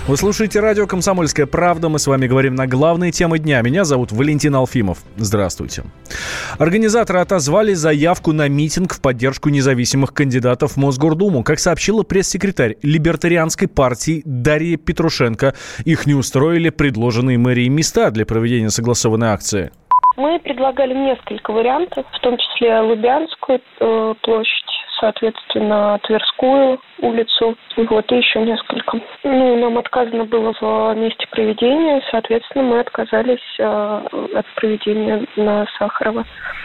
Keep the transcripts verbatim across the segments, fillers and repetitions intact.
Вы слушаете радио «Комсомольская правда». Мы с вами говорим на главные темы дня. Меня зовут Валентин Алфимов. Здравствуйте. Организаторы отозвали заявку на митинг в поддержку независимых кандидатов в Мосгордуму. Как сообщила пресс-секретарь либертарианской партии Дарья Петрушенко, их не устроили предложенные мэрией места для проведения согласованной акции. Мы предлагали несколько вариантов, в том числе Лубянскую э, площадь, соответственно, Тверскую улицу, вот, и еще несколько. Ну, нам отказано было в месте проведения, соответственно, мы отказались э, от проведения на Сахарова.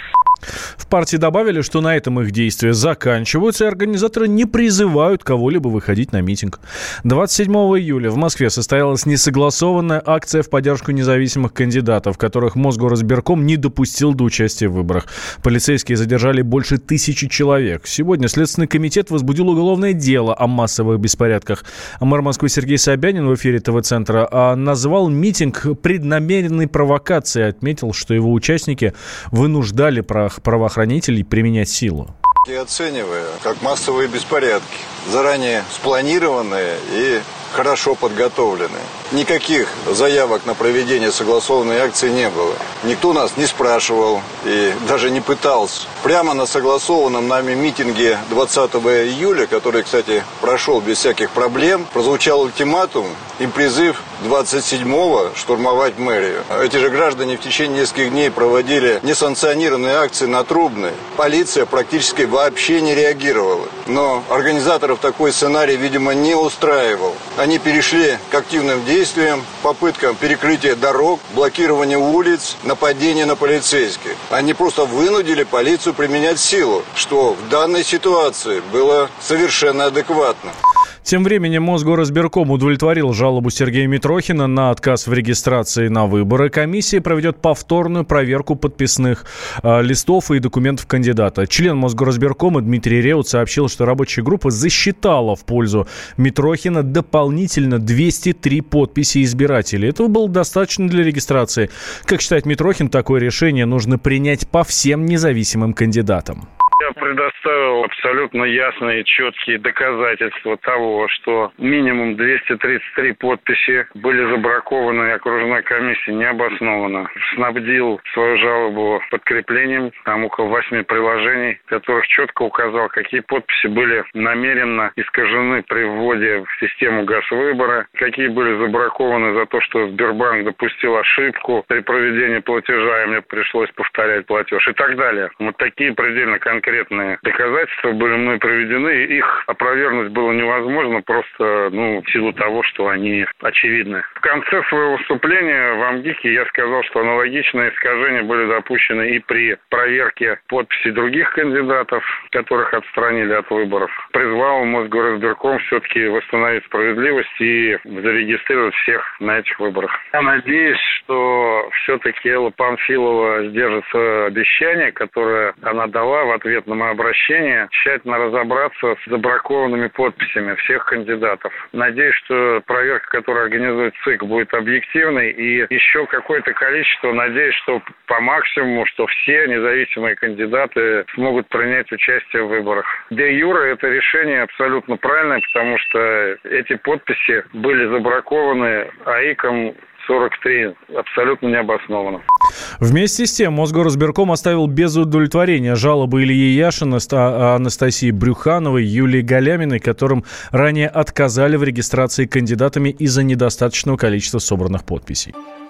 В партии добавили, что на этом их действия заканчиваются, и организаторы не призывают кого-либо выходить на митинг. двадцать седьмого июля в Москве состоялась несогласованная акция в поддержку независимых кандидатов, которых Мосгоризбирком не допустил до участия в выборах. Полицейские задержали больше тысячи человек. Сегодня Следственный комитет возбудил уголовное дело о массовых беспорядках. Мэр Москвы Сергей Собянин в эфире ТВ-центра назвал митинг преднамеренной провокацией, отметил, что его участники вынуждали правоохранителей применять силу. Я оцениваю как массовые беспорядки, заранее спланированные и хорошо подготовленные. Никаких заявок на проведение согласованной акции не было. Никто нас не спрашивал и даже не пытался. Прямо на согласованном нами митинге двадцатого июля, который, кстати, прошел без всяких проблем, прозвучал ультиматум и призыв двадцать седьмого штурмовать мэрию. Эти же граждане в течение нескольких дней проводили несанкционированные акции на Трубной. Полиция практически вообще не реагировала. Но организаторов такой сценарий, видимо, не устраивал. Они перешли к активным действиям, попыткам перекрытия дорог, блокирования улиц, нападения на полицейских. Они просто вынудили полицию применять силу, что в данной ситуации было совершенно адекватно. Тем временем Мосгоризбирком удовлетворил жалобу Сергея Митрохина на отказ в регистрации на выборы. Комиссия проведет повторную проверку подписных э, листов и документов кандидата. Член Мосгоризбиркома Дмитрий Реут сообщил, что рабочая группа засчитала в пользу Митрохина дополнительно двести три подписи избирателей. Этого было достаточно для регистрации. Как считает Митрохин, такое решение нужно принять по всем независимым кандидатам. Я предоставил абсолютно ясные и четкие доказательства того, что минимум двести тридцать три подписи были забракованы, и окружная комиссия необоснованно. Снабдил свою жалобу подкреплением, там около восьми приложений, в которых четко указал, какие подписи были намеренно искажены при вводе в систему Газвыбора, какие были забракованы за то, что Сбербанк допустил ошибку при проведении платежа, и мне пришлось повторять платеж и так далее. Вот такие предельно конкретные Конкретные доказательства были мной проведены, их опровергнуть было невозможно просто ну, в силу того, что они очевидны. В конце своего выступления в АМГИКе я сказал, что аналогичные искажения были допущены и при проверке подписей других кандидатов, которых отстранили от выборов. Призвал Мосгоризбирком все-таки восстановить справедливость и зарегистрировать всех на этих выборах. Я надеюсь, что все-таки Элла Памфилова сдержится обещание, которое она дала в ответ на мое обращение, тщательно разобраться с забракованными подписями всех кандидатов. Надеюсь, что проверка, которую организует ЦИК, будет объективной, и еще какое-то количество, надеюсь, что по максимуму, что все независимые кандидаты смогут принять участие в выборах. Де юре это решение абсолютно правильное, потому что эти подписи были забракованы АИКом сорок три абсолютно необоснованно. Вместе с тем Мосгоризбирком оставил без удовлетворения жалобы Ильи Яшина, Анастасии Брюхановой, Юлии Галяминой, которым ранее отказали в регистрации кандидатами из-за недостаточного количества собранных подписей.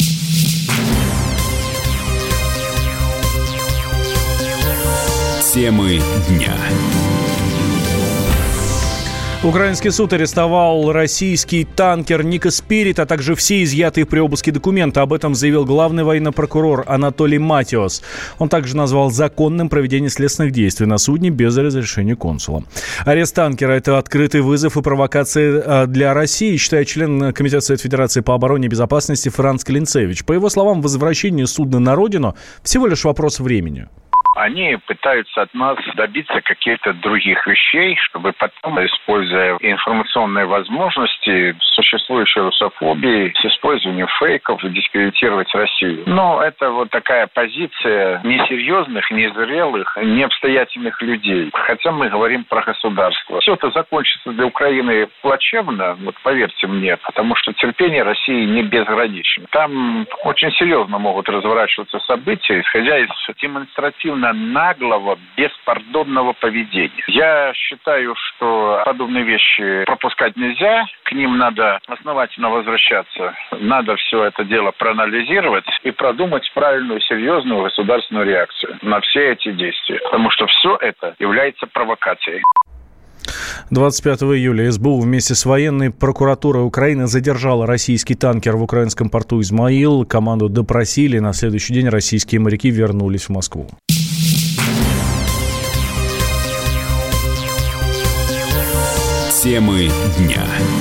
Темы дня. Украинский суд арестовал российский танкер «Ника Спирит», а также все изъятые при обыске документы. Об этом заявил главный военный прокурор Анатолий Матиос. Он также назвал законным проведение следственных действий на судне без разрешения консула. Арест танкера – это открытый вызов и провокация для России, считает член Комитета Совета Федерации по обороне и безопасности Франц Клинцевич. По его словам, возвращение судна на родину – всего лишь вопрос времени. Они пытаются от нас добиться каких-то других вещей, чтобы потом, используя информационные возможности существующей русофобии, с использованием фейков, дискредитировать Россию. Но это вот такая позиция несерьезных, незрелых, необстоятельных людей. Хотя мы говорим про государство. Все это закончится для Украины плачевно, вот поверьте мне, потому что терпение России не безгранично. Там очень серьезно могут разворачиваться события, исходя из демонстративно наглого, беспардонного поведения. Я считаю, что подобные вещи пропускать нельзя, к ним надо основательно возвращаться. Надо все это дело проанализировать и продумать правильную, серьезную государственную реакцию на все эти действия. Потому что все это является провокацией. двадцать пятого июля СБУ вместе с военной прокуратурой Украины задержала российский танкер в украинском порту Измаил. Команду допросили. На следующий день российские моряки вернулись в Москву. Темы дня.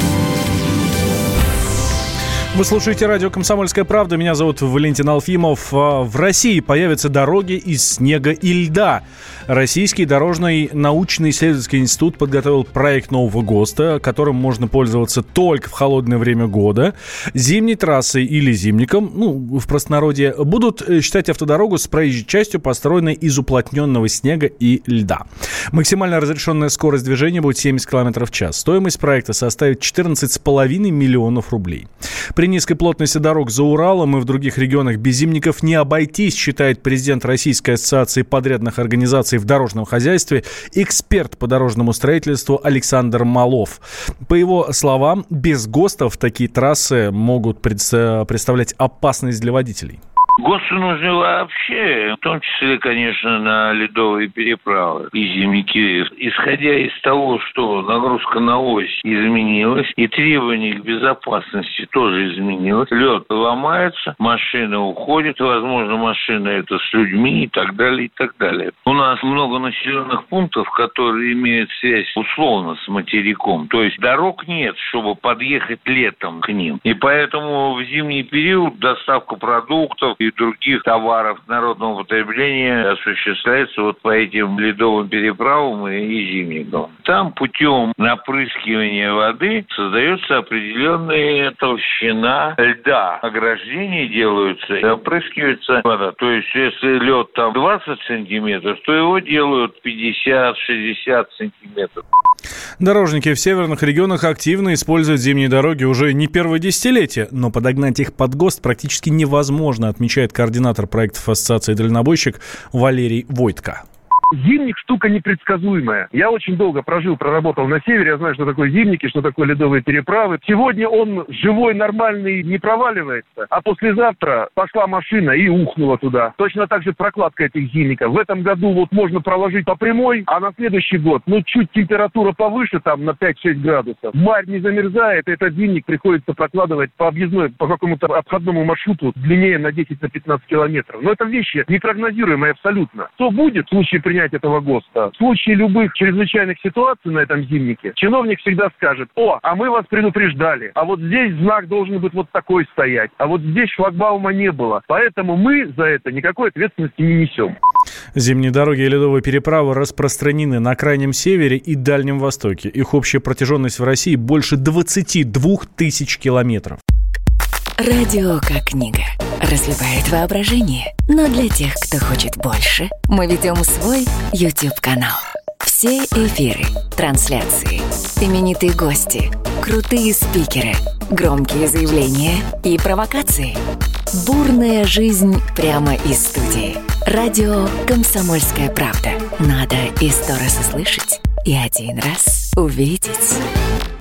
Вы слушаете радио «Комсомольская правда». Меня зовут Валентин Алфимов. В России появятся дороги из снега и льда. Российский дорожный научный исследовательский институт подготовил проект нового ГОСТа, которым можно пользоваться только в холодное время года. Зимней трассой или зимником, ну, в простонародье, будут считать автодорогу с проезжей частью, построенной из уплотненного снега и льда. Максимальная разрешенная скорость движения будет семьдесят километров в час. Стоимость проекта составит четырнадцать с половиной миллионов рублей. При низкой плотности дорог за Уралом и в других регионах без зимников не обойтись, считает президент Российской ассоциации подрядных организаций в дорожном хозяйстве, эксперт по дорожному строительству Александр Малов. По его словам, без ГОСТов такие трассы могут представлять опасность для водителей. ГОСТы нужны вообще, в том числе, конечно, на ледовые переправы и зимники. Исходя из того, что нагрузка на ось изменилась, и требования к безопасности тоже изменилось. Лед ломается, машина уходит, возможно, машина это с людьми и так далее, и так далее. У нас много населенных пунктов, которые имеют связь условно с материком. То есть дорог нет, чтобы подъехать летом к ним. И поэтому в зимний период доставка продуктов и других товаров народного потребления осуществляется вот по этим ледовым переправам и зимникам. Там путем напрыскивания воды создается определенная толщина льда. Ограждения делаются и опрыскивается вода. То есть если лед там двадцать сантиметров, то его делают пятьдесят-шестьдесят сантиметров. Дорожники в северных регионах активно используют зимние дороги уже не первое десятилетие, но подогнать их под ГОСТ практически невозможно, отмечает координатор проектов Ассоциации дальнобойщик Валерий Войтко. Зимник штука непредсказуемая. Я очень долго прожил, проработал на севере. Я знаю, что такое зимники, что такое ледовые переправы. Сегодня он живой, нормальный, не проваливается. А послезавтра пошла машина и ухнула туда. Точно так же прокладка этих зимников. В этом году вот можно проложить по прямой, а на следующий год, ну, чуть температура повыше, там, на пять-шесть градусов. Марь не замерзает, этот зимник приходится прокладывать по объездной, по какому-то обходному маршруту длиннее на десять-пятнадцать километров. Но это вещи непрогнозируемые абсолютно. Что будет в случае принятия этого ГОСТа? В случае любых чрезвычайных ситуаций на этом зимнике чиновник всегда скажет: о, а мы вас предупреждали, а вот здесь знак должен быть вот такой стоять, а вот здесь шлагбаума не было. Поэтому мы за это никакой ответственности не несем. Зимние дороги и ледовые переправы распространены на Крайнем Севере и Дальнем Востоке. Их общая протяженность в России больше двадцать два тысяч километров. Радио как книга. Разливает воображение. Но для тех, кто хочет больше, мы ведем свой YouTube-канал. Все эфиры, трансляции, именитые гости, крутые спикеры, громкие заявления и провокации. Бурная жизнь прямо из студии. Радио «Комсомольская правда». Надо и сто раз услышать, и один раз увидеть.